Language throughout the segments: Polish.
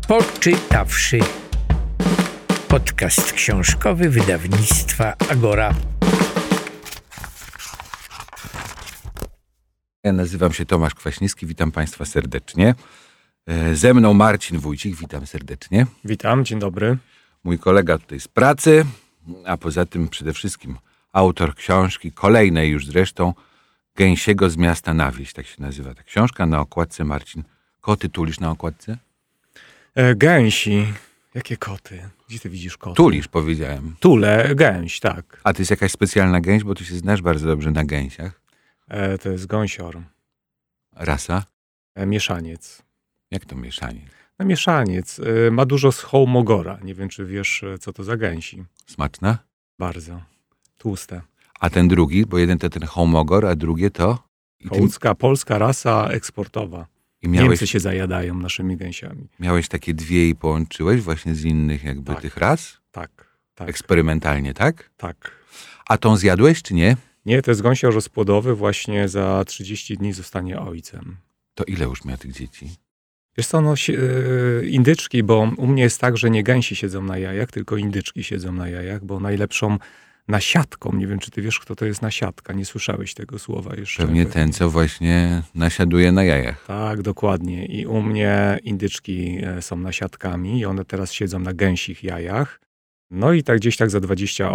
Poczytawszy. Podcast książkowy wydawnictwa Agora. Ja nazywam się Tomasz Kwaśniewski, witam Państwa serdecznie. Ze mną Marcin Wójcik, witam serdecznie. Witam, dzień dobry. Mój kolega tutaj z pracy, a poza tym przede wszystkim autor książki, kolejnej już zresztą, Gęsiego z miasta na wieś, tak się nazywa ta książka. Na okładce, Marcin, koty tulisz na okładce? Gęsi. Jakie koty? Gdzie ty widzisz koty? Tulisz, powiedziałem. Tule, gęś, tak. A to jest jakaś specjalna gęś, bo ty się znasz bardzo dobrze na gęsiach. To jest gąsior. Rasa? Mieszaniec. Jak to mieszanie? No, mieszaniec. Ma dużo z hołmogora. Nie wiem, czy wiesz, co to za gęsi. Smaczna? Bardzo. Tłuste. A ten drugi, bo jeden to ten homogor, a drugie to? Hołdzka, polska rasa eksportowa. Niemcy się zajadają naszymi gęsiami. Miałeś takie dwie i połączyłeś właśnie z innych jakby Tak. tych ras? Tak. Eksperymentalnie, tak? Tak. A tą zjadłeś, czy nie? Nie, to jest gąsior rozpłodowy, właśnie za 30 dni zostanie ojcem. To ile już miał tych dzieci? Wiesz co, indyczki, bo u mnie jest tak, że nie gęsi siedzą na jajach, tylko indyczki siedzą na jajach, bo najlepszą nasiadką, nie wiem, czy ty wiesz, kto to jest nasiadka, nie słyszałeś tego słowa jeszcze. Pewnie ten, co właśnie nasiaduje na jajach. Tak, dokładnie. I u mnie indyczki są nasiadkami i one teraz siedzą na gęsich jajach. No i tak gdzieś tak za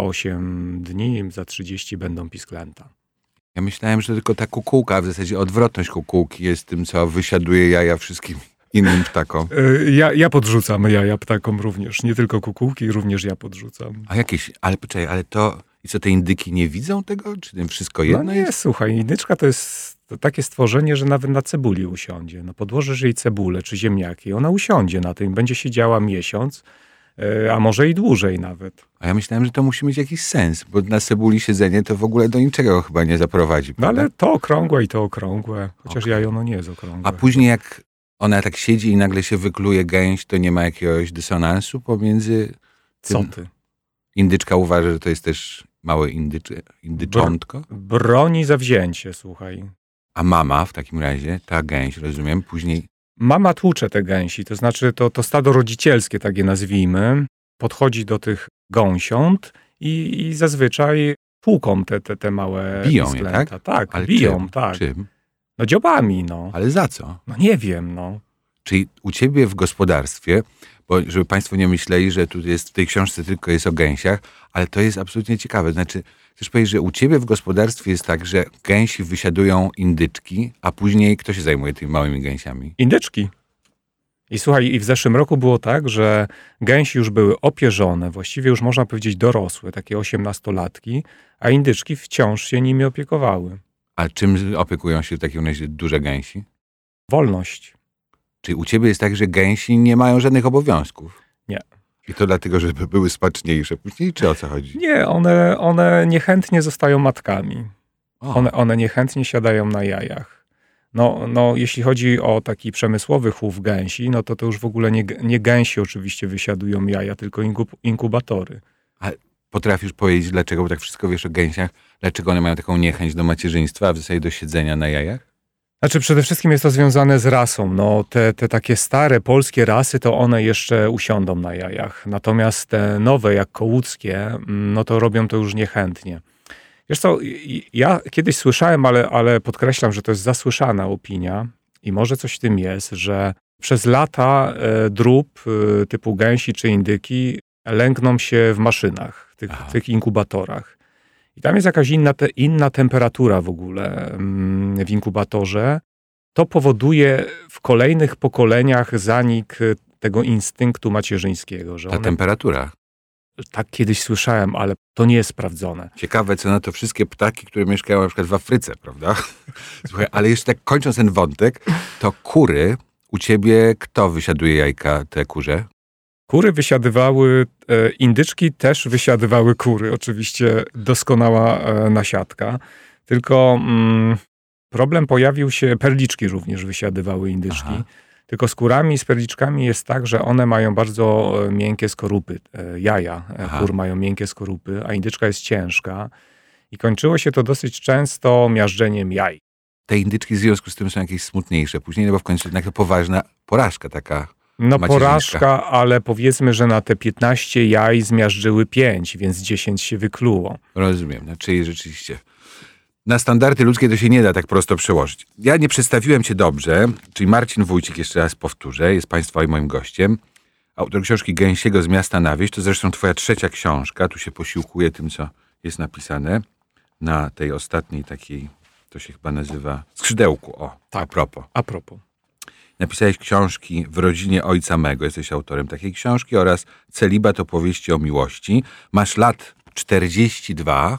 28 dni, za 30 będą pisklęta. Ja myślałem, że tylko ta kukułka, a w zasadzie odwrotność kukułki jest tym, co wysiaduje jaja wszystkim innym ptakom. Ja podrzucam jaja ptakom również. Nie tylko kukułki, również ja podrzucam. A jakieś, ale poczekaj, ale to... I co, te indyki nie widzą tego? Czy tym wszystko jedno No nie, jest? słuchaj, indyczka to jest takie stworzenie, że nawet na cebuli usiądzie. No podłożysz jej cebulę czy ziemniaki, ona usiądzie na tym, będzie siedziała miesiąc, a może i dłużej nawet. A ja myślałem, że to musi mieć jakiś sens, bo na cebuli siedzenie to w ogóle do niczego chyba nie zaprowadzi. No prawda? ale to okrągłe i to okrągłe, chociaż jajo no nie jest okrągłe. A później jak ona tak siedzi i nagle się wykluje gęś, to nie ma jakiegoś dysonansu pomiędzy Co tym? ty? Indyczka uważa, że to jest też małe indyczątko. Broni zawzięcie, słuchaj. A mama w takim razie, ta gęś, rozumiem, później... Mama tłucze te gęsi, to znaczy to stado rodzicielskie, tak je nazwijmy, podchodzi do tych gąsiąt i zazwyczaj tłuką te małe Biją je, pisklęta. tak? Tak, Ale biją, czym? tak. Czym? No dziobami, no. Ale za co? No nie wiem, no. Czyli u ciebie w gospodarstwie, bo żeby państwo nie myśleli, że tu jest w tej książce tylko jest o gęsiach, ale to jest absolutnie ciekawe. Znaczy, chcesz powiedzieć, że u ciebie w gospodarstwie jest tak, że gęsi wysiadują indyczki, a później kto się zajmuje tymi małymi gęsiami? Indyczki. I słuchaj, i w zeszłym roku było tak, że gęsi już były opierzone, właściwie już można powiedzieć dorosłe, takie 18-latki, a indyczki wciąż się nimi opiekowały. A czym opiekują się w takim razie duże gęsi? Wolność. Czyli u ciebie jest tak, że gęsi nie mają żadnych obowiązków? Nie. I to dlatego, żeby były smaczniejsze później, czy o co chodzi? Nie, one niechętnie zostają matkami. One niechętnie siadają na jajach. No, jeśli chodzi o taki przemysłowy chów gęsi, no to już w ogóle nie gęsi oczywiście wysiadują jaja, tylko inkubatory. A potrafisz powiedzieć, dlaczego, bo tak wszystko wiesz o gęsiach, dlaczego one mają taką niechęć do macierzyństwa, a w zasadzie do siedzenia na jajach? Znaczy przede wszystkim jest to związane z rasą. No, te takie stare polskie rasy, to one jeszcze usiądą na jajach. Natomiast te nowe, jak kołuckie, no to robią to już niechętnie. Wiesz co, ja kiedyś słyszałem, ale podkreślam, że to jest zasłyszana opinia i może coś w tym jest, że przez lata drób typu gęsi czy indyki lęgną się w maszynach, tych inkubatorach. I tam jest jakaś inna temperatura w ogóle w inkubatorze. To powoduje w kolejnych pokoleniach zanik tego instynktu macierzyńskiego. Że Temperatura. Tak kiedyś słyszałem, ale to nie jest sprawdzone. Ciekawe, co na to wszystkie ptaki, które mieszkają na przykład w Afryce, prawda? Słuchaj, ale jeszcze tak kończąc ten wątek, to kury, u ciebie kto wysiaduje jajka, te kurze? Kury wysiadywały, indyczki też wysiadywały kury. Oczywiście doskonała nasiadka. Tylko problem pojawił się, perliczki również wysiadywały indyczki. Aha. Tylko z kurami i z perliczkami jest tak, że one mają bardzo miękkie skorupy. Jaja kur mają miękkie skorupy, a indyczka jest ciężka. I kończyło się to dosyć często miażdżeniem jaj. Te indyczki w związku z tym są jakieś smutniejsze później, no bo w końcu jednak to poważna porażka taka. No macierzyńska. porażka, ale powiedzmy, że na te 15 jaj zmiażdżyły 5, więc 10 się wykluło. Rozumiem, no, czyli rzeczywiście na standardy ludzkie to się nie da tak prosto przełożyć. Ja nie przedstawiłem cię dobrze, czyli Marcin Wójcik, jeszcze raz powtórzę, jest państwa i moim gościem. Autor książki Gęsiego z miasta na wieś, to zresztą twoja 3. książka, tu się posiłkuję tym, co jest napisane na tej ostatniej takiej, to się chyba nazywa skrzydełku, Tak. a propos. Napisałeś książki W rodzinie ojca mego, jesteś autorem takiej książki, oraz Celibat opowieści o miłości. Masz lat 42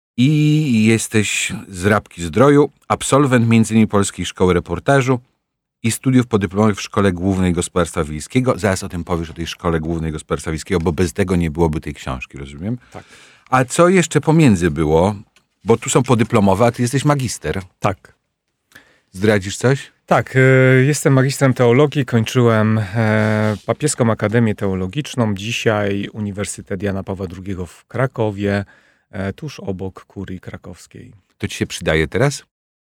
i jesteś z Rabki-Zdroju, absolwent m.in. Polskiej Szkoły Reportażu i studiów podyplomowych w Szkole Głównej Gospodarstwa Wiejskiego. Zaraz o tym powiesz, o tej Szkole Głównej Gospodarstwa Wiejskiego, bo bez tego nie byłoby tej książki, rozumiem? Tak. A co jeszcze pomiędzy było? Bo tu są podyplomowe, a ty jesteś magister. Tak. Zdradzisz coś? Tak, jestem magistrem teologii, kończyłem Papieską Akademię Teologiczną, dzisiaj Uniwersytet Jana Pawła II w Krakowie, tuż obok kurii krakowskiej. To ci się przydaje teraz?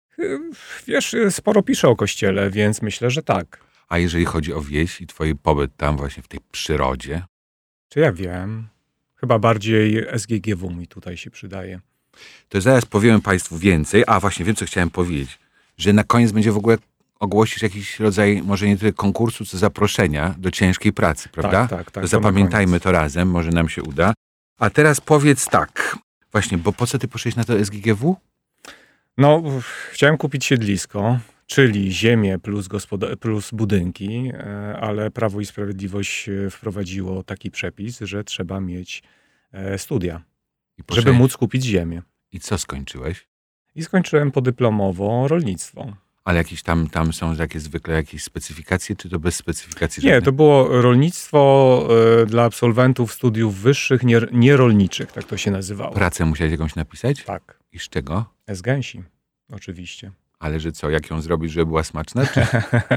Wiesz, sporo piszę o Kościele, więc myślę, że tak. A jeżeli chodzi o wieś i twój pobyt tam właśnie w tej przyrodzie? Czy ja wiem? Chyba bardziej SGGW mi tutaj się przydaje. To zaraz powiemy państwu więcej. A właśnie wiem, co chciałem powiedzieć. Że na koniec będzie w ogóle ogłosisz jakiś rodzaj, może nie tyle konkursu, co zaproszenia do ciężkiej pracy, prawda? Tak. To zapamiętajmy to razem, może nam się uda. A teraz powiedz tak. Właśnie, bo po co ty poszłeś na to SGGW? No, chciałem kupić siedlisko, czyli ziemię plus budynki, ale Prawo i Sprawiedliwość wprowadziło taki przepis, że trzeba mieć studia, żeby móc kupić ziemię. I co skończyłeś? I skończyłem podyplomowo rolnictwo. Ale jakieś tam są takie zwykle jakieś specyfikacje, czy to bez specyfikacji? Nie, żadnej? to było rolnictwo dla absolwentów studiów wyższych, nierolniczych, tak to się nazywało. Pracę musiałeś jakąś napisać? Tak, I z czego? z gęsi, oczywiście. Ale że co, jak ją zrobić, żeby była smaczna? Czy...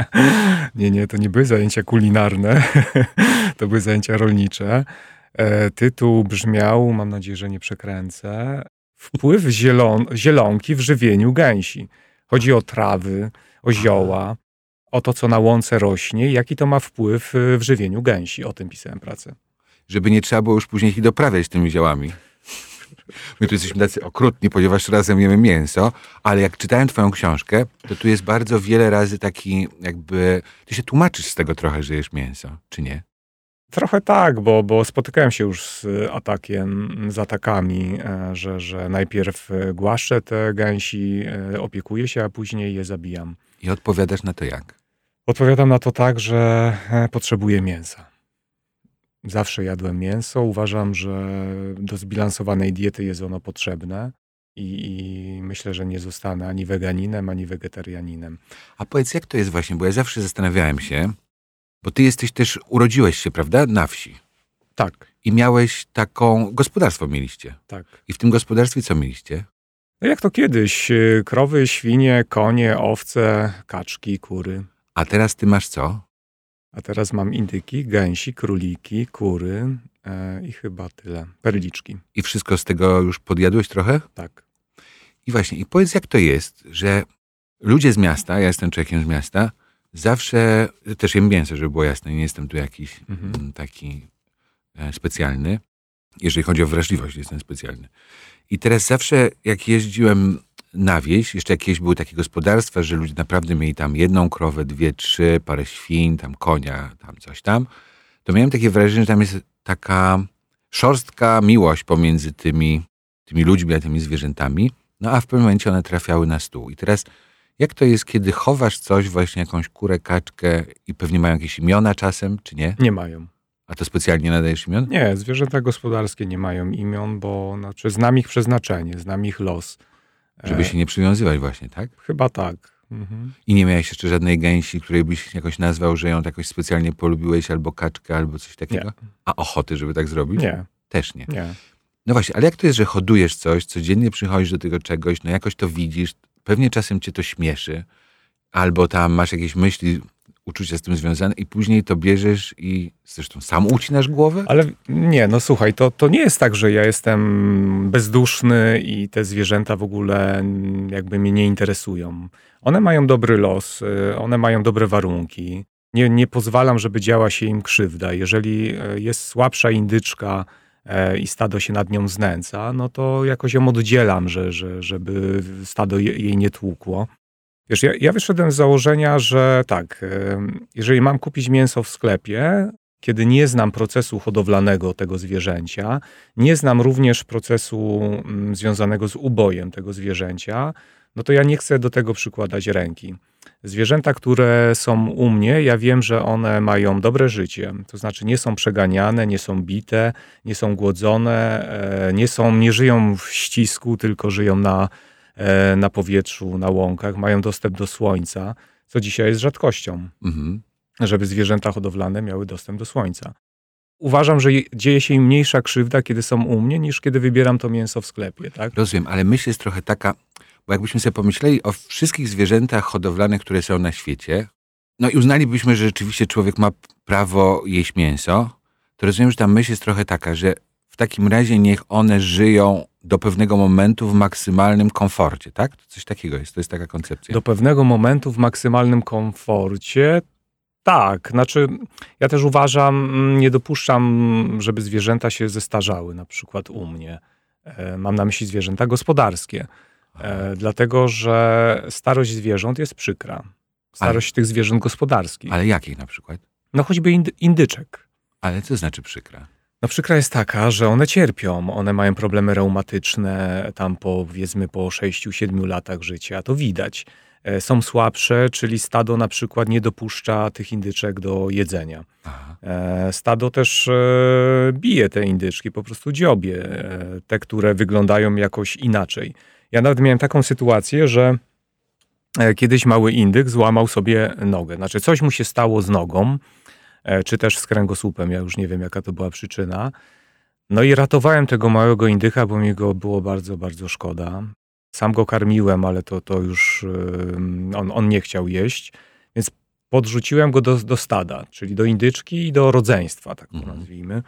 Nie, to nie były zajęcia kulinarne, to były zajęcia rolnicze. Tytuł brzmiał, mam nadzieję, że nie przekręcę, Wpływ zielonki w żywieniu gęsi. Chodzi o trawy, o zioła, o to, co na łące rośnie i jaki to ma wpływ w żywieniu gęsi. O tym pisałem pracę. Żeby nie trzeba było już później ich doprawiać tymi ziołami. My tu jesteśmy tacy okrutni, ponieważ razem jemy mięso, ale jak czytałem twoją książkę, to tu jest bardzo wiele razy taki jakby... Ty się tłumaczysz z tego trochę, że jesz mięso, czy nie? Trochę tak, bo spotykałem się już z atakami, że najpierw głaszczę te gęsi, opiekuję się, a później je zabijam. I odpowiadasz na to jak? Odpowiadam na to tak, że potrzebuję mięsa. Zawsze jadłem mięso. Uważam, że do zbilansowanej diety jest ono potrzebne i myślę, że nie zostanę ani weganinem, ani wegetarianinem. A powiedz, jak to jest właśnie, bo ja zawsze zastanawiałem się, bo ty urodziłeś się, prawda, na wsi. Tak. I miałeś gospodarstwo mieliście. Tak. I w tym gospodarstwie co mieliście? No jak to kiedyś, krowy, świnie, konie, owce, kaczki, kury. A teraz ty masz co? A teraz mam indyki, gęsi, króliki, kury i chyba tyle. Perliczki. I wszystko z tego już podjadłeś trochę? Tak. I właśnie, i powiedz, jak to jest, że ludzie z miasta, ja jestem człowiekiem z miasta, zawsze, też jem mięso, żeby było jasne, nie jestem tu jakiś taki specjalny. Jeżeli chodzi o wrażliwość, jestem specjalny. I teraz zawsze, jak jeździłem na wieś, jeszcze jakieś były takie gospodarstwa, że ludzie naprawdę mieli tam 1 krowę, 2, 3, parę świń, tam konia, tam coś tam, to miałem takie wrażenie, że tam jest taka szorstka miłość pomiędzy tymi ludźmi, a tymi zwierzętami, no a w pewnym momencie one trafiały na stół. I teraz, jak to jest, kiedy chowasz coś, właśnie jakąś kurę, kaczkę i pewnie mają jakieś imiona czasem, czy nie? Nie mają. A to specjalnie nadajesz imion? Nie, zwierzęta gospodarskie nie mają imion, bo znam ich przeznaczenie, znam ich los. Żeby się nie przywiązywać właśnie, tak? Chyba tak. Mhm. I nie miałeś jeszcze żadnej gęsi, której byś jakoś nazwał, że ją jakoś specjalnie polubiłeś, albo kaczkę, albo coś takiego? Nie. A ochoty, żeby tak zrobić? Nie. Też nie. Nie. No właśnie, ale jak to jest, że hodujesz coś, codziennie przychodzisz do tego czegoś, no jakoś to widzisz, pewnie czasem cię to śmieszy, albo tam masz jakieś myśli, uczucia z tym związane i później to bierzesz i zresztą sam ucinasz głowę? Ale nie, no słuchaj, to nie jest tak, że ja jestem bezduszny i te zwierzęta w ogóle jakby mnie nie interesują. One mają dobry los, one mają dobre warunki. Nie pozwalam, żeby działa się im krzywda. Jeżeli jest słabsza indyczka i stado się nad nią znęca, no to jakoś ją oddzielam, żeby stado jej nie tłukło. Wiesz, ja wyszedłem z założenia, że tak, jeżeli mam kupić mięso w sklepie, kiedy nie znam procesu hodowlanego tego zwierzęcia, nie znam również procesu związanego z ubojem tego zwierzęcia, no to ja nie chcę do tego przykładać ręki. Zwierzęta, które są u mnie, ja wiem, że one mają dobre życie. To znaczy nie są przeganiane, nie są bite, nie są głodzone, nie żyją w ścisku, tylko żyją na powietrzu, na łąkach, mają dostęp do słońca, co dzisiaj jest rzadkością, żeby zwierzęta hodowlane miały dostęp do słońca. Uważam, że dzieje się im mniejsza krzywda, kiedy są u mnie, niż kiedy wybieram to mięso w sklepie. Tak? Rozumiem, ale myśl jest trochę taka, bo jakbyśmy sobie pomyśleli o wszystkich zwierzętach hodowlanych, które są na świecie, no i uznalibyśmy, że rzeczywiście człowiek ma prawo jeść mięso, to rozumiem, że ta myśl jest trochę taka, że w takim razie niech one żyją do pewnego momentu w maksymalnym komforcie, tak? Coś takiego jest, to jest taka koncepcja. Do pewnego momentu w maksymalnym komforcie, tak. Znaczy, ja też uważam, nie dopuszczam, żeby zwierzęta się zestarzały, na przykład u mnie. Mam na myśli zwierzęta gospodarskie. Dlatego, że starość zwierząt jest przykra. Starość tych zwierząt gospodarskich. Ale jakich na przykład? No choćby indyczek. Ale co znaczy przykra? No przykra jest taka, że one cierpią, one mają problemy reumatyczne tam powiedzmy po 6-7 latach życia, to widać. Są słabsze, czyli stado na przykład nie dopuszcza tych indyczek do jedzenia. Aha. Stado też bije te indyczki, po prostu dziobie, te, które wyglądają jakoś inaczej. Ja nawet miałem taką sytuację, że kiedyś mały indyk złamał sobie nogę. Znaczy coś mu się stało z nogą, czy też z kręgosłupem. Ja już nie wiem, jaka to była przyczyna. No i ratowałem tego małego indyka, bo mi go było bardzo, bardzo szkoda. Sam go karmiłem, ale to już on nie chciał jeść. Więc podrzuciłem go do stada, czyli do indyczki i do rodzeństwa, tak to nazwijmy.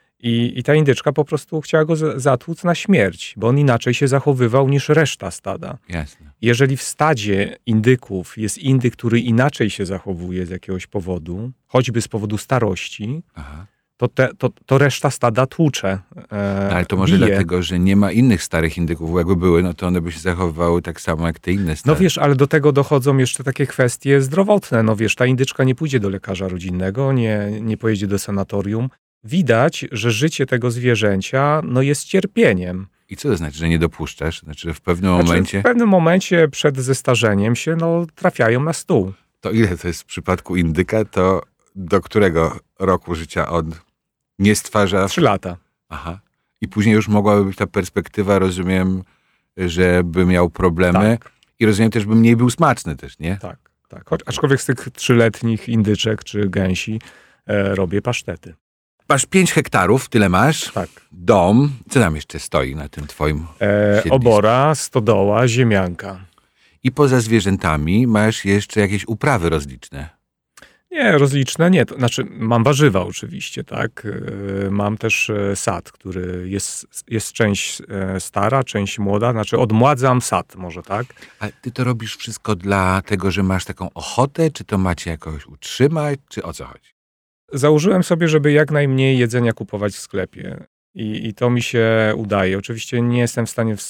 I ta indyczka po prostu chciała go zatłuc na śmierć, bo on inaczej się zachowywał niż reszta stada. Jasne. Jeżeli w stadzie indyków jest indyk, który inaczej się zachowuje z jakiegoś powodu, choćby z powodu starości, Aha. to reszta stada tłucze. No, ale to może bije. dlatego, że nie ma innych starych indyków, bo jakby były, no to one by się zachowywały tak samo jak te inne stare. No wiesz, ale do tego dochodzą jeszcze takie kwestie zdrowotne. No wiesz, ta indyczka nie pójdzie do lekarza rodzinnego, nie pojedzie do sanatorium. Widać, że życie tego zwierzęcia jest cierpieniem. I co to znaczy, że nie dopuszczasz? Znaczy, że w pewnym momencie... W pewnym momencie przed zestarzeniem się trafiają na stół. To ile to jest w przypadku indyka, to do którego roku życia on nie stwarza... 3 lata. Aha. I później już mogłaby być ta perspektywa, rozumiem, żeby miał problemy. Tak. I rozumiem też, by mniej był smaczny też, nie? Tak. Aczkolwiek z tych 3-letnich indyczek czy gęsi robię pasztety. Masz 5 hektarów, tyle masz. Tak. Dom. Co tam jeszcze stoi na tym twoim siedlisku? Obora, stodoła, ziemianka. I poza zwierzętami masz jeszcze jakieś uprawy rozliczne. Nie, rozliczne nie. To znaczy, mam warzywa oczywiście, tak. Mam też sad, który jest część stara, część młoda. Znaczy, odmładzam sad może, tak. Ale ty to robisz wszystko dlatego, że macie taką ochotę? Czy to macie jakoś utrzymać? Czy o co chodzi? Założyłem sobie, żeby jak najmniej jedzenia kupować w sklepie. I to mi się udaje. Oczywiście nie jestem w stanie w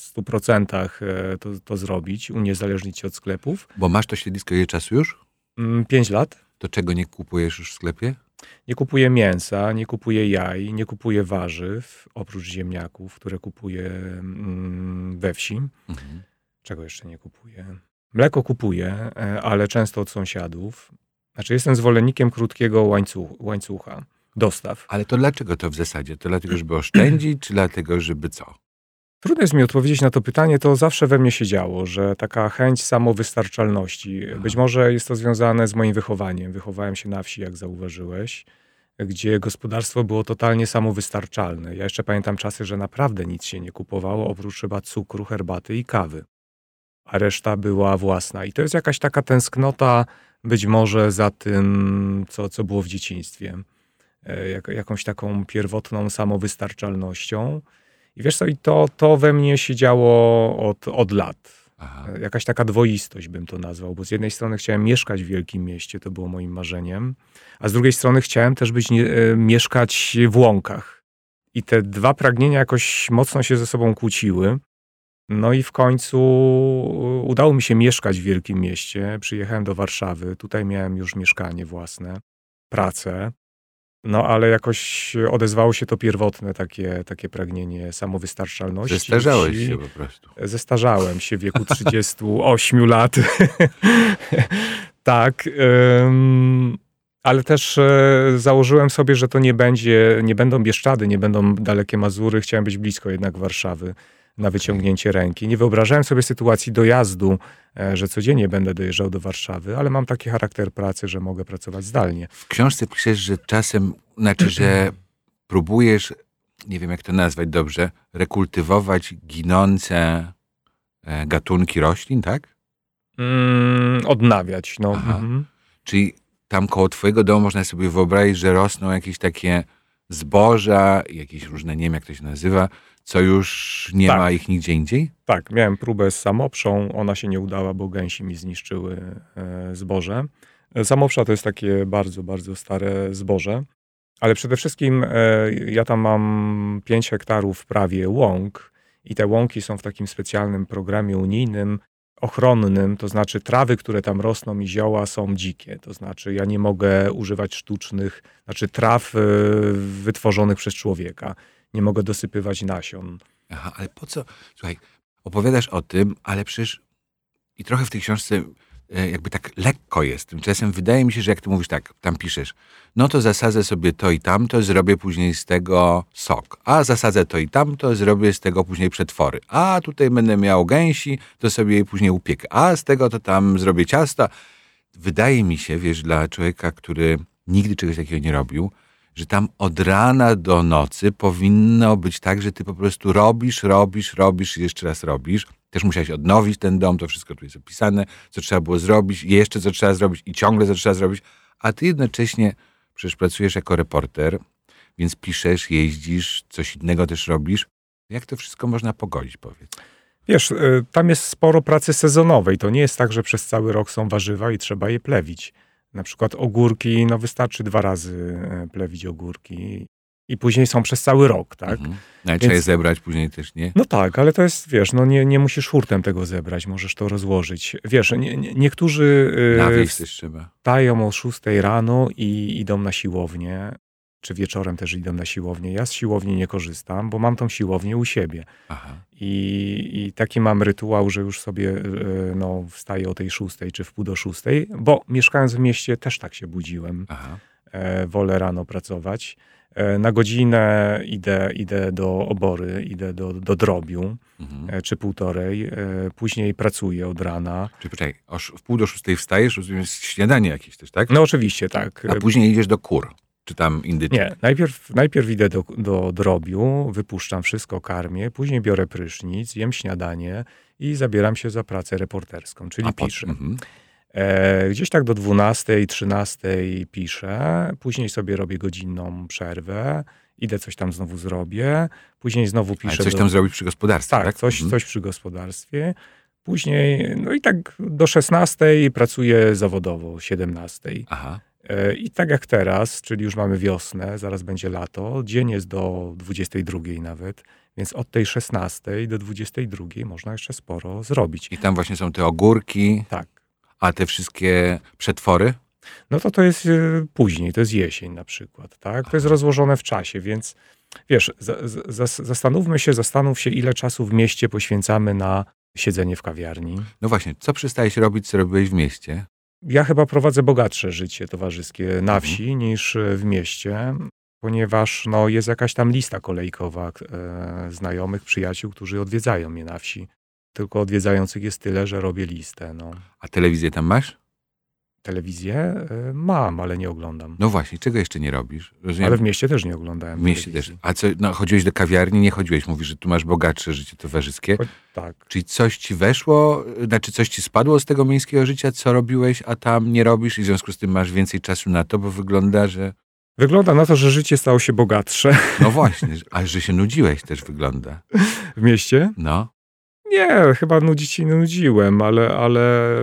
100% to zrobić, uniezależnić się od sklepów. Bo masz to siedlisko ile czasu już? 5 lat. To czego nie kupujesz już w sklepie? Nie kupuję mięsa, nie kupuję jaj, nie kupuję warzyw, oprócz ziemniaków, które kupuję we wsi. Mhm. Czego jeszcze nie kupuję? Mleko kupuję, ale często od sąsiadów. Znaczy jestem zwolennikiem krótkiego łańcucha dostaw. Ale to dlaczego to w zasadzie? To dlatego, żeby oszczędzić, czy dlatego, żeby co? Trudno jest mi odpowiedzieć na to pytanie, to zawsze we mnie się działo, że taka chęć samowystarczalności. Być może jest to związane z moim wychowaniem. Wychowałem się na wsi, jak zauważyłeś, gdzie gospodarstwo było totalnie samowystarczalne. Ja jeszcze pamiętam czasy, że naprawdę nic się nie kupowało, oprócz chyba cukru, herbaty i kawy. A reszta była własna. I to jest jakaś taka tęsknota być może za tym, co było w dzieciństwie. Jakąś taką pierwotną samowystarczalnością. I wiesz co, i to we mnie się działo od lat. Aha. Jakaś taka dwoistość bym to nazwał, bo z jednej strony chciałem mieszkać w wielkim mieście, to było moim marzeniem, a z drugiej strony chciałem też mieszkać w łąkach. I te dwa pragnienia jakoś mocno się ze sobą kłóciły. No i w końcu udało mi się mieszkać w wielkim mieście. Przyjechałem do Warszawy, tutaj miałem już mieszkanie własne, pracę. No ale jakoś odezwało się to pierwotne takie pragnienie samowystarczalności. Zestarzałeś się po prostu. Zestarzałem się w wieku 38 lat. Tak. Ale też założyłem sobie, że to nie będą Bieszczady, nie będą dalekie Mazury. Chciałem być blisko jednak Warszawy na wyciągnięcie ręki. Nie wyobrażałem sobie sytuacji dojazdu, że codziennie będę dojeżdżał do Warszawy, ale mam taki charakter pracy, że mogę pracować zdalnie. W książce piszesz, że czasem, że próbujesz, nie wiem jak to nazwać dobrze, rekultywować ginące gatunki roślin, tak? Odnawiać. No. Aha. Czyli tam koło twojego domu można sobie wyobrazić, że rosną jakieś takie zboża, jakieś różne, nie wiem jak to się nazywa, co już nie ma ich nigdzie indziej? Tak, miałem próbę z samoprzą, ona się nie udała, bo gęsi mi zniszczyły zboże. Samopsza to jest takie bardzo, bardzo stare zboże, ale przede wszystkim ja tam mam 5 hektarów prawie łąk i te łąki są w takim specjalnym programie unijnym, ochronnym, to znaczy trawy, które tam rosną i zioła są dzikie, to znaczy ja nie mogę używać sztucznych, traw wytworzonych przez człowieka. Nie mogę dosypywać nasion. Aha, ale po co? Słuchaj, opowiadasz o tym, ale przecież i trochę w tej książce jakby tak lekko jest. Tymczasem wydaje mi się, że jak ty mówisz tak, tam piszesz, no to zasadzę sobie to i tamto, zrobię później z tego sok. A zasadzę to i tamto, zrobię z tego później przetwory. A tutaj będę miał gęsi, to sobie je później upiekę. A z tego to tam zrobię ciasta. Wydaje mi się, wiesz, dla człowieka, który nigdy czegoś takiego nie robił, że tam od rana do nocy powinno być tak, że ty po prostu robisz i jeszcze raz robisz. Też musiałeś odnowić ten dom, to wszystko tu jest opisane, co trzeba było zrobić, jeszcze co trzeba zrobić i ciągle co trzeba zrobić. A ty jednocześnie przecież pracujesz jako reporter, więc piszesz, jeździsz, coś innego też robisz. Jak to wszystko można pogodzić, powiedz? Wiesz, tam jest sporo pracy sezonowej. To nie jest tak, że przez cały rok są warzywa i trzeba je plewić. Na przykład ogórki, no wystarczy 2 razy plewić ogórki i później są przez cały rok, tak? No, trzeba je zebrać później też, nie? No tak, ale to jest, wiesz, no nie musisz hurtem tego zebrać, możesz to rozłożyć. Wiesz, niektórzy nawieść też trzeba. wstają o 6 rano i idą na siłownię, czy wieczorem też idą na siłownię. Ja z siłowni nie korzystam, bo mam tą siłownię u siebie. Aha. I taki mam rytuał, że już sobie wstaję o tej 6 czy w pół do 6, bo mieszkając w mieście też tak się budziłem. Aha. Wolę rano pracować. Na godzinę idę do obory, idę do drobiu, czy 1,5. Później pracuję od rana. Czyli poczekaj, w pół do 6 wstajesz, rozumiem, śniadanie jakieś też, tak? No oczywiście, tak. A później idziesz do kur, czy tam indyczek? Nie, najpierw idę do drobiu, wypuszczam wszystko, karmię, później biorę prysznic, jem śniadanie i zabieram się za pracę reporterską, czyli piszę. Gdzieś tak do 12, 13 piszę, później sobie robię godzinną przerwę, idę coś tam znowu zrobię, później znowu piszę. Ale coś tam zrobić przy gospodarstwie, tak? Coś przy gospodarstwie. Później, no i tak do 16 pracuję zawodowo, 17. Aha. I tak jak teraz, czyli już mamy wiosnę, zaraz będzie lato, dzień jest do 22 nawet, więc od tej 16 do 22 można jeszcze sporo zrobić. I tam właśnie są te ogórki. Tak. A te wszystkie przetwory? No to jest później, to jest jesień na przykład, tak? To jest rozłożone w czasie, więc wiesz, zastanów się, ile czasu w mieście poświęcamy na siedzenie w kawiarni. No właśnie, co przestałeś robić, co robiłeś w mieście? Ja chyba prowadzę bogatsze życie towarzyskie na wsi niż w mieście, ponieważ jest jakaś tam lista kolejkowa znajomych, przyjaciół, którzy odwiedzają mnie na wsi. Tylko odwiedzających jest tyle, że robię listę. No. A telewizję tam masz? Telewizję mam, ale nie oglądam. No właśnie, czego jeszcze nie robisz? Rozumiem? Ale w mieście też nie oglądałem. W mieście telewizji. Też. A co, chodziłeś do kawiarni? Nie chodziłeś. Mówisz, że tu masz bogatsze życie towarzyskie. Tak. Czyli coś ci weszło, coś ci spadło z tego miejskiego życia, co robiłeś, a tam nie robisz i w związku z tym masz więcej czasu na to, bo wygląda, że... Wygląda na to, że życie stało się bogatsze. No właśnie, a że się nudziłeś też wygląda. W mieście? No. Nie, chyba nudzić się nie nudziłem, ale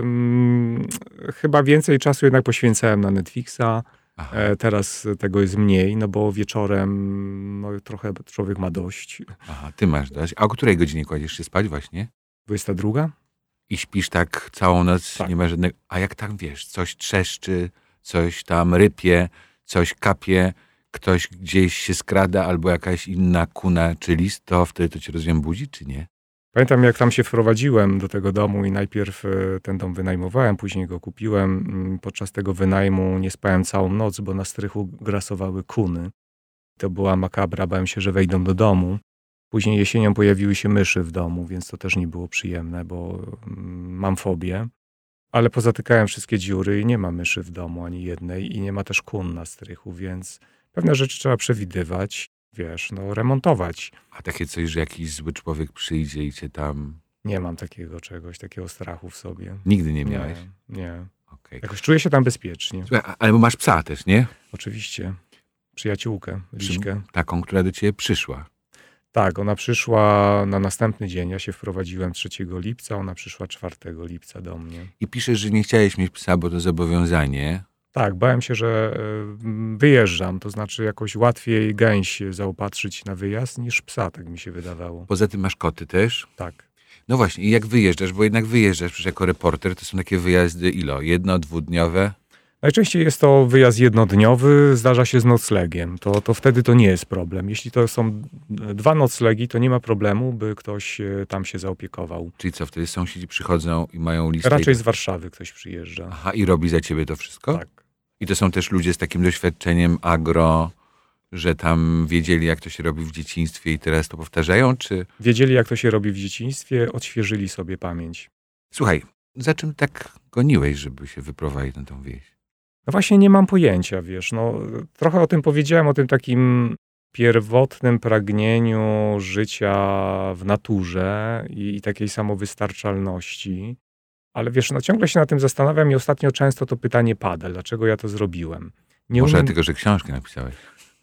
chyba więcej czasu jednak poświęcałem na Netflixa. Aha. Teraz tego jest mniej, no bo wieczorem no, trochę człowiek ma dość. Aha, ty masz dość. A o której godzinie kładziesz się spać właśnie? 22? I śpisz tak całą noc, Tak. nie ma żadnego... A jak tam, wiesz, coś trzeszczy, coś tam rypie, coś kapie, ktoś gdzieś się skrada, albo jakaś inna kuna czy list, to wtedy to cię rozumiem budzi, czy nie? Pamiętam, jak tam się wprowadziłem do tego domu i najpierw ten dom wynajmowałem, później go kupiłem. Podczas tego wynajmu nie spałem całą noc, bo na strychu grasowały kuny. To była makabra, bałem się, że wejdą do domu. Później jesienią pojawiły się myszy w domu, więc to też nie było przyjemne, bo mam fobię. Ale pozatykałem wszystkie dziury i nie ma myszy w domu ani jednej i nie ma też kun na strychu, więc pewne rzeczy trzeba przewidywać, wiesz, no remontować. A takie coś, że jakiś zły człowiek przyjdzie i cię tam... Nie mam takiego czegoś, takiego strachu w sobie. Nigdy nie miałeś? Nie. Okej. Jakoś czuję się tam bezpiecznie. Słuchaj, ale bo masz psa też, nie? Oczywiście. Przyjaciółkę, Liśkę. Taką, która do ciebie przyszła. Tak, ona przyszła na następny dzień. Ja się wprowadziłem 3 lipca, ona przyszła 4 lipca do mnie. I piszesz, że nie chciałeś mieć psa, bo to zobowiązanie. Tak, bałem się, że wyjeżdżam, to znaczy jakoś łatwiej gęś zaopatrzyć na wyjazd niż psa, tak mi się wydawało. Poza tym masz koty też. Tak. No właśnie, i jak wyjeżdżasz, bo jednak wyjeżdżasz przecież jako reporter, to są takie wyjazdy 1-2 dniowe. Najczęściej jest to wyjazd jednodniowy, zdarza się z noclegiem. To wtedy to nie jest problem. Jeśli to są 2 noclegi, to nie ma problemu, by ktoś tam się zaopiekował. Czyli co, wtedy sąsiedzi przychodzą i mają listę? Raczej z Warszawy ktoś przyjeżdża. Aha, i robi za ciebie to wszystko? Tak. I to są też ludzie z takim doświadczeniem agro, że tam wiedzieli, jak to się robi w dzieciństwie i teraz to powtarzają, czy... Wiedzieli, jak to się robi w dzieciństwie, odświeżyli sobie pamięć. Słuchaj, za czym tak goniłeś, żeby się wyprowadzić na tą wieś? No właśnie nie mam pojęcia, wiesz, no trochę o tym powiedziałem, o tym takim pierwotnym pragnieniu życia w naturze i takiej samowystarczalności. Ale wiesz, no ciągle się na tym zastanawiam i ostatnio często to pytanie pada, dlaczego ja to zrobiłem. Może dlatego, że książkę napisałeś.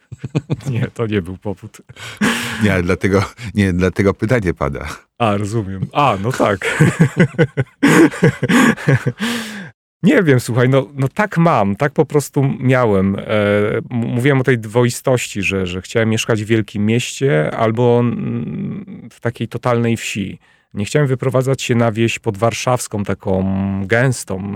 Nie, to nie był powód. Nie, ale dlatego pytanie pada. A, rozumiem. A, no tak. Nie wiem, słuchaj, no tak mam, tak po prostu miałem. Mówiłem o tej dwoistości, że chciałem mieszkać w wielkim mieście albo w takiej totalnej wsi. Nie chciałem wyprowadzać się na wieś podwarszawską, taką gęstą,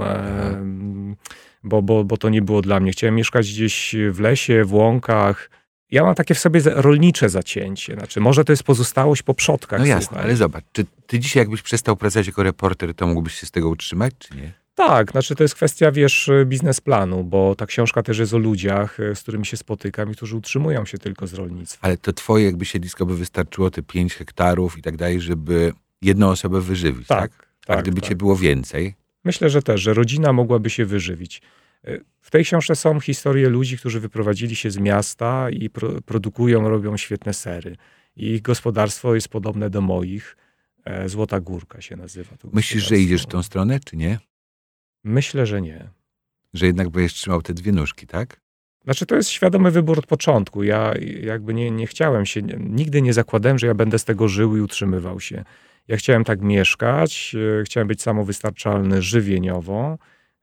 bo to nie było dla mnie. Chciałem mieszkać gdzieś w lesie, w łąkach. Ja mam takie w sobie rolnicze zacięcie. Znaczy, może to jest pozostałość po przodkach. No jasne, słuchaj. ale zobacz, czy ty dzisiaj jakbyś przestał pracować jako reporter, to mógłbyś się z tego utrzymać, czy nie? Tak, znaczy to jest kwestia, wiesz, biznesplanu, bo ta książka też jest o ludziach, z którymi się spotykam i którzy utrzymują się tylko z rolnictwa. Ale to twoje jakby siedlisko by wystarczyło, te 5 hektarów i tak dalej, żeby jedną osobę wyżywić, tak? A gdyby cię było więcej? Myślę, że też, że rodzina mogłaby się wyżywić. W tej książce są historie ludzi, którzy wyprowadzili się z miasta i produkują, robią świetne sery. I ich gospodarstwo jest podobne do moich. Złota Górka się nazywa. To Myślisz, że idziesz w tą stronę, czy nie? Myślę, że nie. Że jednak będziesz trzymał te 2 nóżki, tak? Znaczy to jest świadomy wybór od początku. Ja jakby nie chciałem się, nigdy nie zakładałem, że ja będę z tego żył i utrzymywał się. Ja chciałem tak mieszkać, chciałem być samowystarczalny żywieniowo,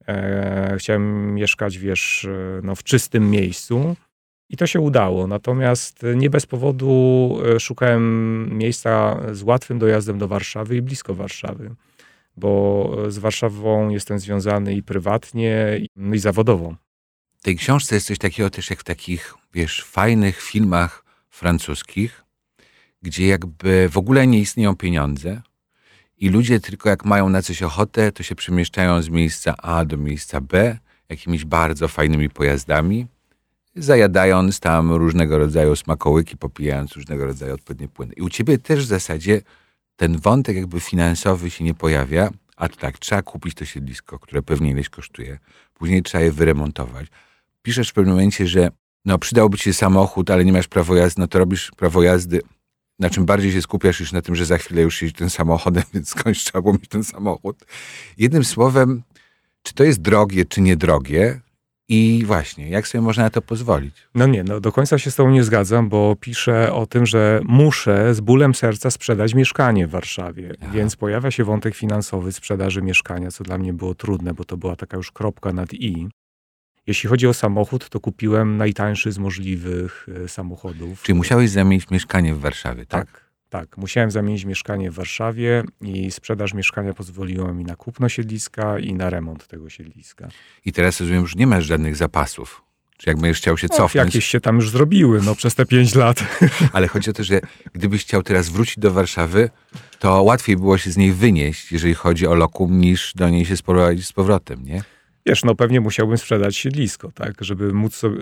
chciałem mieszkać, wiesz, no, w czystym miejscu i to się udało. Natomiast nie bez powodu szukałem miejsca z łatwym dojazdem do Warszawy i blisko Warszawy, bo z Warszawą jestem związany i prywatnie, i zawodowo. W tej książce jest coś takiego też jak w takich, wiesz, fajnych filmach francuskich, gdzie jakby w ogóle nie istnieją pieniądze i ludzie tylko jak mają na coś ochotę, to się przemieszczają z miejsca A do miejsca B jakimiś bardzo fajnymi pojazdami, zajadając tam różnego rodzaju smakołyki, popijając różnego rodzaju odpowiednie płyny. I u ciebie też w zasadzie ten wątek jakby finansowy się nie pojawia, a to tak, trzeba kupić to siedlisko, które pewnie ileś kosztuje, później trzeba je wyremontować. Piszesz w pewnym momencie, że no przydałby ci się samochód, ale nie masz prawa jazdy, no to robisz prawo jazdy. Na czym bardziej się skupiasz już na tym, że za chwilę już jeździsz tym samochodem, więc skądś trzeba było mieć ten samochód. Jednym słowem, czy to jest drogie, czy niedrogie, I właśnie, jak sobie można na to pozwolić? No nie, no do końca się z tobą nie zgadzam, bo piszę o tym, że muszę z bólem serca sprzedać mieszkanie w Warszawie. Aha. Więc pojawia się wątek finansowy sprzedaży mieszkania, co dla mnie było trudne, bo to była taka już kropka nad i. Jeśli chodzi o samochód, to kupiłem najtańszy z możliwych samochodów. Czyli musiałeś zamienić mieszkanie w Warszawie, tak? Tak. Musiałem zamienić mieszkanie w Warszawie i sprzedaż mieszkania pozwoliła mi na kupno siedliska i na remont tego siedliska. I teraz rozumiem, że nie masz żadnych zapasów. Czy jak będziesz chciał się cofnąć? Jakieś się tam już zrobiły, przez te 5 lat. Ale chodzi o to, że gdybyś chciał teraz wrócić do Warszawy, to łatwiej było się z niej wynieść, jeżeli chodzi o lokum, niż do niej się sprowadzić z powrotem, nie? Wiesz, pewnie musiałbym sprzedać siedlisko, tak, żeby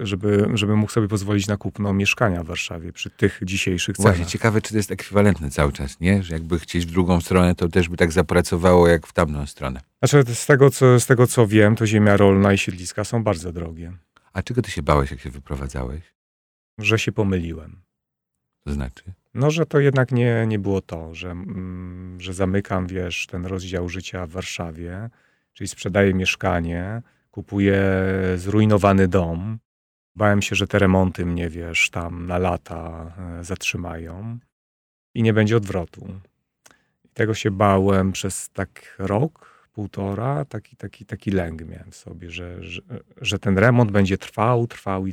mógł sobie pozwolić na kupno mieszkania w Warszawie przy tych dzisiejszych cenach. Właśnie, ciekawe, czy to jest ekwiwalentne cały czas, nie? Że jakby chcieć w drugą stronę, to też by tak zapracowało jak w tamtą stronę. Znaczy, z tego co wiem, to ziemia rolna i siedliska są bardzo drogie. A czego ty się bałeś, jak się wyprowadzałeś? Że się pomyliłem. To znaczy? Że to jednak nie było to, że zamykam, wiesz, ten rozdział życia w Warszawie, czyli sprzedaję mieszkanie, kupuję zrujnowany dom. Bałem się, że te remonty mnie, wiesz, tam na lata zatrzymają i nie będzie odwrotu. I tego się bałem przez tak rok, półtora, taki lęk miałem w sobie, że ten remont będzie trwał.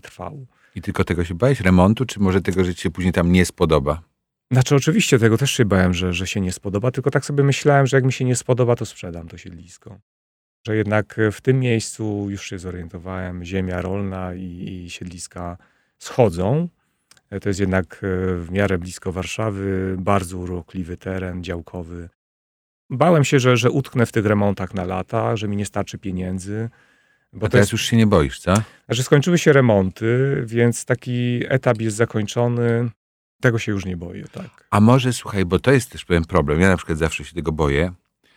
I tylko tego się bałeś? Remontu? Czy może tego, że ci się później tam nie spodoba? Znaczy oczywiście tego też się bałem, że się nie spodoba, tylko tak sobie myślałem, że jak mi się nie spodoba, to sprzedam to siedlisko. Że jednak w tym miejscu, już się zorientowałem, ziemia rolna i siedliska schodzą. To jest jednak w miarę blisko Warszawy, bardzo urokliwy teren działkowy. Bałem się, że utknę w tych remontach na lata, że mi nie starczy pieniędzy. Bo a teraz już się nie boisz, co? Znaczy skończyły się remonty, więc taki etap jest zakończony. Tego się już nie boję, tak. A może, słuchaj, bo to jest też pewien problem. Ja na przykład zawsze się tego boję,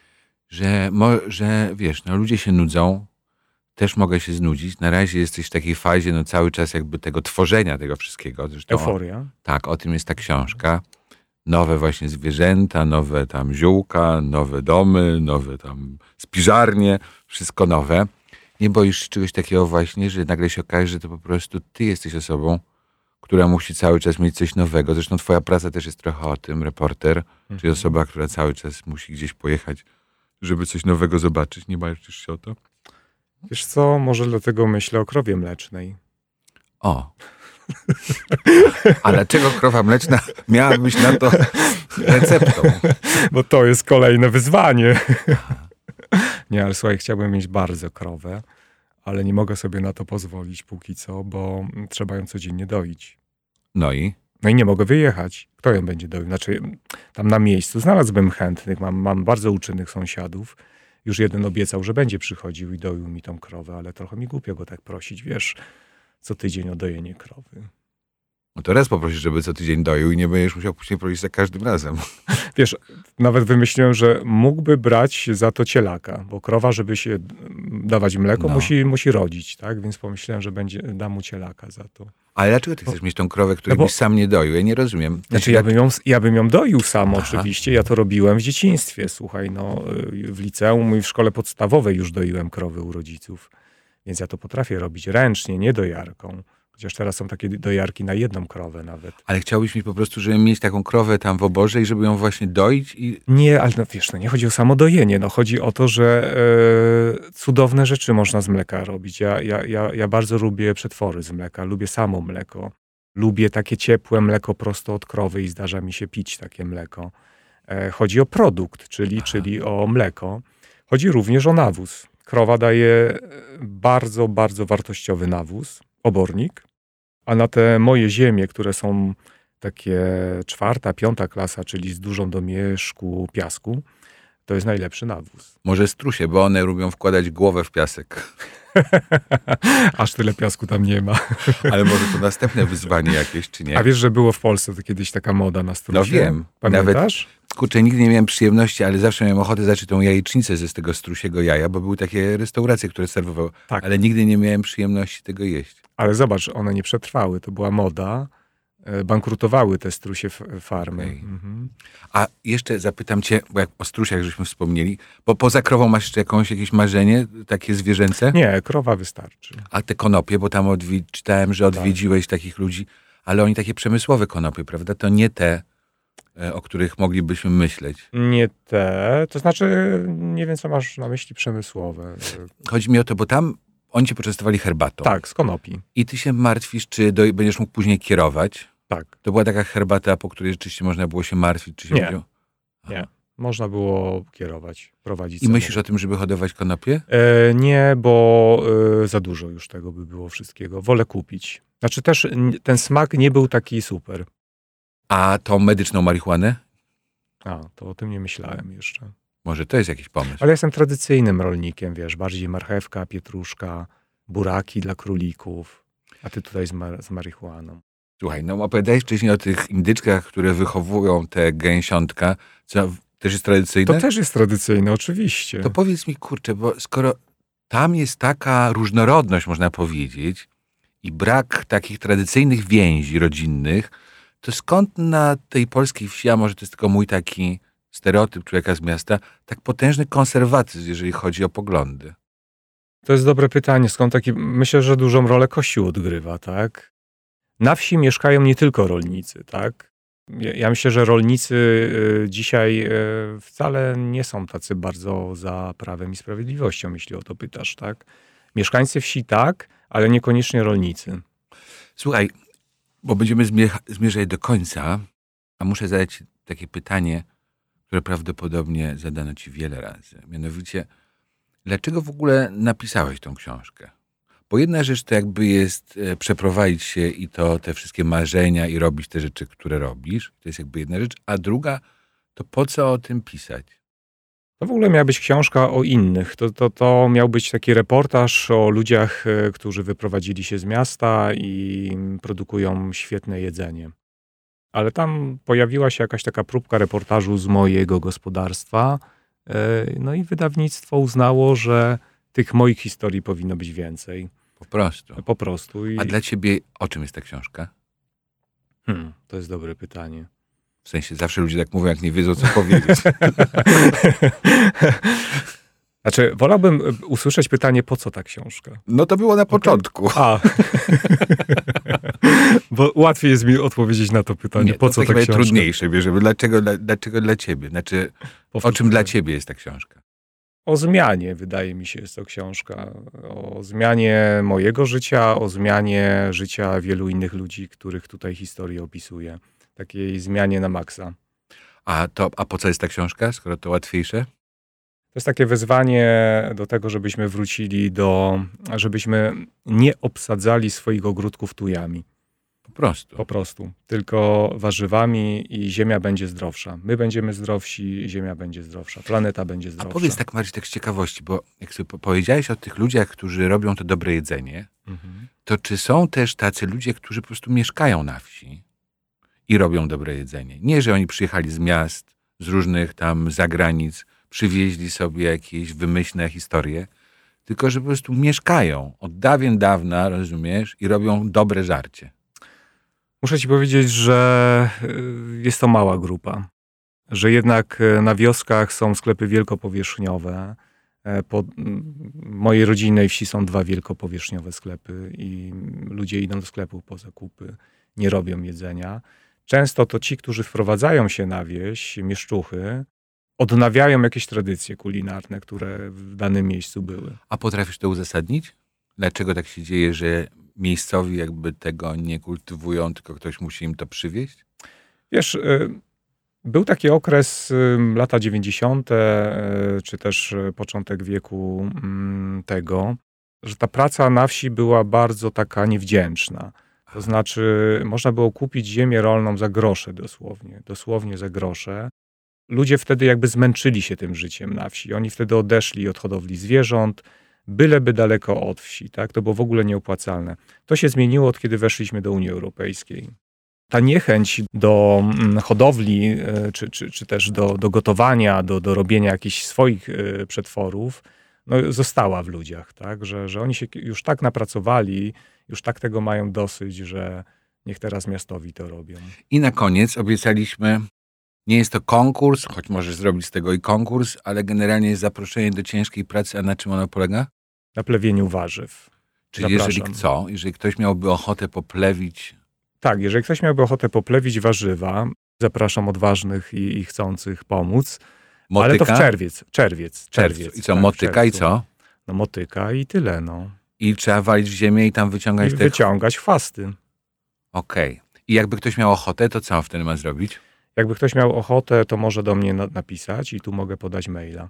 że wiesz, ludzie się nudzą, też mogę się znudzić. Na razie jesteś w takiej fazie, cały czas jakby tego tworzenia tego wszystkiego. Zresztą, euforia. Tak, o tym jest ta książka. Nowe właśnie zwierzęta, nowe tam ziółka, nowe domy, nowe tam spiżarnie, wszystko nowe. Nie boisz się czegoś takiego właśnie, że nagle się okaże, że to po prostu ty jesteś osobą, która musi cały czas mieć coś nowego. Zresztą twoja praca też jest trochę o tym, reporter, czyli osoba, która cały czas musi gdzieś pojechać, żeby coś nowego zobaczyć. Nie martwisz się o to? Wiesz co, może dlatego myślę o krowie mlecznej. O. A dlaczego krowa mleczna miała być na to receptą? Bo to jest kolejne wyzwanie. Nie, ale słuchaj, chciałbym mieć bardzo krowę, ale nie mogę sobie na to pozwolić póki co, bo trzeba ją codziennie doić. No i nie mogę wyjechać. Kto ją będzie doił? Znaczy, tam na miejscu znalazłbym chętnych. Mam bardzo uczynnych sąsiadów. Już jeden obiecał, że będzie przychodził i doił mi tą krowę, ale trochę mi głupio go tak prosić, wiesz, co tydzień o dojenie krowy. No to raz poprosisz, żeby co tydzień doił i nie będziesz musiał później prosić za każdym razem. Wiesz, nawet wymyśliłem, że mógłby brać za to cielaka, bo krowa, żeby się dawać mleko, musi rodzić, tak? Więc pomyślałem, że dam mu cielaka za to. Ale dlaczego ty chcesz mieć tą krowę, której byś sam nie doił? Ja nie rozumiem. Znaczy, ja bym ją doił sam oczywiście. Ja to robiłem w dzieciństwie, słuchaj, w liceum i w szkole podstawowej już doiłem krowy u rodziców. Więc ja to potrafię robić ręcznie, nie dojarką. Chociaż teraz są takie dojarki na jedną krowę nawet. Ale chciałbyś mi po prostu, żeby mieć taką krowę tam w oborze i żeby ją właśnie doić? Nie, ale wiesz, nie chodzi o samo dojenie. Chodzi o to, że cudowne rzeczy można z mleka robić. Ja bardzo lubię przetwory z mleka. Lubię samo mleko. Lubię takie ciepłe mleko prosto od krowy i zdarza mi się pić takie mleko. Chodzi o produkt, czyli o mleko. Chodzi również o nawóz. Krowa daje bardzo, bardzo wartościowy nawóz, obornik. A na te moje ziemie, które są takie 4., 5. klasa, czyli z dużą domieszku piasku, to jest najlepszy nawóz. Może strusie, bo one lubią wkładać głowę w piasek. Aż tyle piasku tam nie ma. Ale może to następne wyzwanie jakieś, czy nie? A wiesz, że było w Polsce to kiedyś taka moda na strusie? No wiem. Pamiętasz? Kurczę, nigdy nie miałem przyjemności, ale zawsze miałem ochotę zacząć tą jajecznicę z tego strusiego jaja, bo były takie restauracje, które serwowały. Tak. Ale nigdy nie miałem przyjemności tego jeść. Ale zobacz, one nie przetrwały. To była moda, bankrutowały te strusie farmy. Okej. Mhm. A jeszcze zapytam cię, bo jak o strusiach żeśmy wspomnieli, bo poza krową masz jeszcze jakieś marzenie, takie zwierzęce? Nie, krowa wystarczy. A te konopie, bo tam czytałem, że odwiedziłeś takich ludzi, ale oni takie przemysłowe konopie, prawda? To nie te, o których moglibyśmy myśleć. Nie te, to znaczy, nie wiem, co masz na myśli przemysłowe. Chodzi mi o to, bo tam oni cię poczęstowali herbatą. Tak, z konopi. I ty się martwisz, czy będziesz mógł później kierować. Tak. To była taka herbata, po której rzeczywiście można było się martwić, czy się Nie. powiedział? Nie. Można było kierować, prowadzić. I myślisz o tym, żeby hodować konopie? Nie, bo za dużo już tego by było wszystkiego. Wolę kupić. Znaczy też ten smak nie był taki super. A tą medyczną marihuanę? To o tym nie myślałem jeszcze. Może to jest jakiś pomysł. Ale jestem tradycyjnym rolnikiem, wiesz, bardziej marchewka, pietruszka, buraki dla królików, a ty tutaj z marihuaną. Słuchaj, no opowiadałeś wcześniej o tych indyczkach, które wychowują te gęsiątka, co też jest tradycyjne? To też jest tradycyjne, oczywiście. To powiedz mi, kurczę, bo skoro tam jest taka różnorodność, można powiedzieć, i brak takich tradycyjnych więzi rodzinnych, to skąd na tej polskiej wsi, a może to jest tylko mój taki stereotyp człowieka z miasta, tak potężny konserwatyzm, jeżeli chodzi o poglądy? To jest dobre pytanie, skąd taki... Myślę, że dużą rolę Kościół odgrywa, tak? Na wsi mieszkają nie tylko rolnicy, tak? Ja myślę, że rolnicy dzisiaj wcale nie są tacy bardzo za prawem i sprawiedliwością, jeśli o to pytasz, tak? Mieszkańcy wsi tak, ale niekoniecznie rolnicy. Słuchaj, bo będziemy zmierzać do końca, a muszę zadać takie pytanie, które prawdopodobnie zadano ci wiele razy. Mianowicie, dlaczego w ogóle napisałeś tą książkę? Bo jedna rzecz to jakby jest przeprowadzić się i to te wszystkie marzenia i robić te rzeczy, które robisz. To jest jakby jedna rzecz. A druga, to po co o tym pisać? To w ogóle miała być książka o innych. To miał być taki reportaż o ludziach, którzy wyprowadzili się z miasta i produkują świetne jedzenie. Ale tam pojawiła się jakaś taka próbka reportażu z mojego gospodarstwa. No i wydawnictwo uznało, że tych moich historii powinno być więcej. Po prostu. Po prostu. A dla ciebie o czym jest ta książka? To jest dobre pytanie. W sensie zawsze ludzie tak mówią, jak nie wiedzą, co powiedzieć. Znaczy, wolałbym usłyszeć pytanie, po co ta książka? No to było na początku. Bo łatwiej jest mi odpowiedzieć na to pytanie, Nie, po co ta książka? trudniejsze bierzemy. Dlaczego dla ciebie? Znaczy, o czym dla ciebie jest ta książka? O zmianie, wydaje mi się, jest to książka. O zmianie mojego życia, o zmianie życia wielu innych ludzi, których tutaj historię opisuję. Takiej zmianie na maksa. A po co jest ta książka, skoro to łatwiejsze? To jest takie wezwanie do tego, żebyśmy wrócili żebyśmy nie obsadzali swoich ogródków tujami. Po prostu. Tylko warzywami i ziemia będzie zdrowsza. My będziemy zdrowsi, ziemia będzie zdrowsza, planeta będzie zdrowsza. A powiedz tak, Marcin, tak z ciekawości, bo jak sobie powiedziałeś o tych ludziach, którzy robią to dobre jedzenie, to czy są też tacy ludzie, którzy po prostu mieszkają na wsi i robią dobre jedzenie? Nie, że oni przyjechali z miast, z różnych tam zagranic, przywieźli sobie jakieś wymyślne historie, tylko że po prostu mieszkają od dawien dawna, rozumiesz, i robią dobre żarcie. Muszę ci powiedzieć, że jest to mała grupa. Że jednak na wioskach są sklepy wielkopowierzchniowe. Po mojej rodzinnej wsi są 2 wielkopowierzchniowe sklepy i ludzie idą do sklepu po zakupy, nie robią jedzenia. Często to ci, którzy wprowadzają się na wieś, mieszczuchy, odnawiają jakieś tradycje kulinarne, które w danym miejscu były. A potrafisz to uzasadnić? Dlaczego tak się dzieje, że miejscowi jakby tego nie kultywują, tylko ktoś musi im to przywieźć? Wiesz, był taki okres, lata 90., czy też początek wieku tego, że ta praca na wsi była bardzo taka niewdzięczna. To znaczy, można było kupić ziemię rolną za grosze dosłownie za grosze. Ludzie wtedy jakby zmęczyli się tym życiem na wsi. Oni wtedy odeszli od hodowli zwierząt, byleby daleko od wsi, tak? To było w ogóle nieopłacalne. To się zmieniło, od kiedy weszliśmy do Unii Europejskiej. Ta niechęć do hodowli, czy też do gotowania, do robienia jakichś swoich przetworów, no, została w ludziach, tak? Że oni się już tak napracowali, już tak tego mają dosyć, że Niech teraz miastowi to robią. I na koniec obiecaliśmy, nie jest to konkurs, choć możesz zrobić z tego i konkurs, ale generalnie jest zaproszenie do ciężkiej pracy, a na czym ono polega? Na plewieniu warzyw. Czyli Zapraszam. jeżeli ktoś miałby ochotę poplewić... Tak, jeżeli ktoś miałby ochotę poplewić warzywa, zapraszam odważnych i chcących pomóc. Motyka? Ale to w czerwiec. I co, tak, motyka i co? No motyka i tyle, no. I trzeba walić w ziemię i tam wyciągać I wyciągać chwasty. Okej. I jakby ktoś miał ochotę, to co wtedy ma zrobić? Jakby ktoś miał ochotę, to może do mnie napisać i tu mogę podać maila.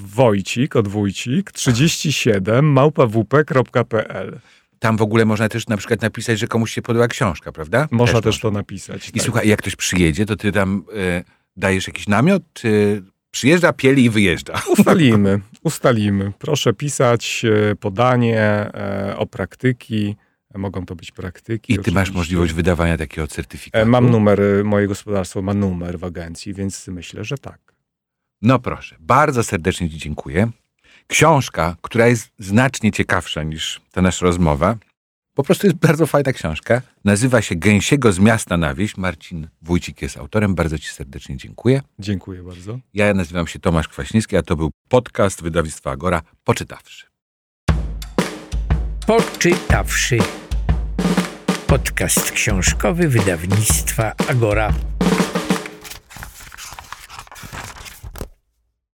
wojcik37@wp.pl. Tam w ogóle można też na przykład napisać, że komuś się podoba książka, prawda? Można też to napisać. I tak. słuchaj, jak ktoś przyjedzie, to ty tam dajesz jakiś namiot, czy przyjeżdża, pieli i wyjeżdża? Ustalimy. Proszę pisać podanie o praktyki. Mogą to być praktyki. I ty masz możliwość wydawania takiego certyfikatu? Mam numer, moje gospodarstwo ma numer w agencji, więc myślę, że tak. No proszę, bardzo serdecznie ci dziękuję. Książka, która jest znacznie ciekawsza niż ta nasza rozmowa, po prostu jest bardzo fajna książka. Nazywa się Gęsiego z miasta na wieś. Marcin Wójcik jest autorem. Bardzo ci serdecznie dziękuję. Dziękuję bardzo. Ja nazywam się Tomasz Kwaśniewski, a to był podcast wydawnictwa Agora Poczytawszy. Poczytawszy. Podcast książkowy wydawnictwa Agora.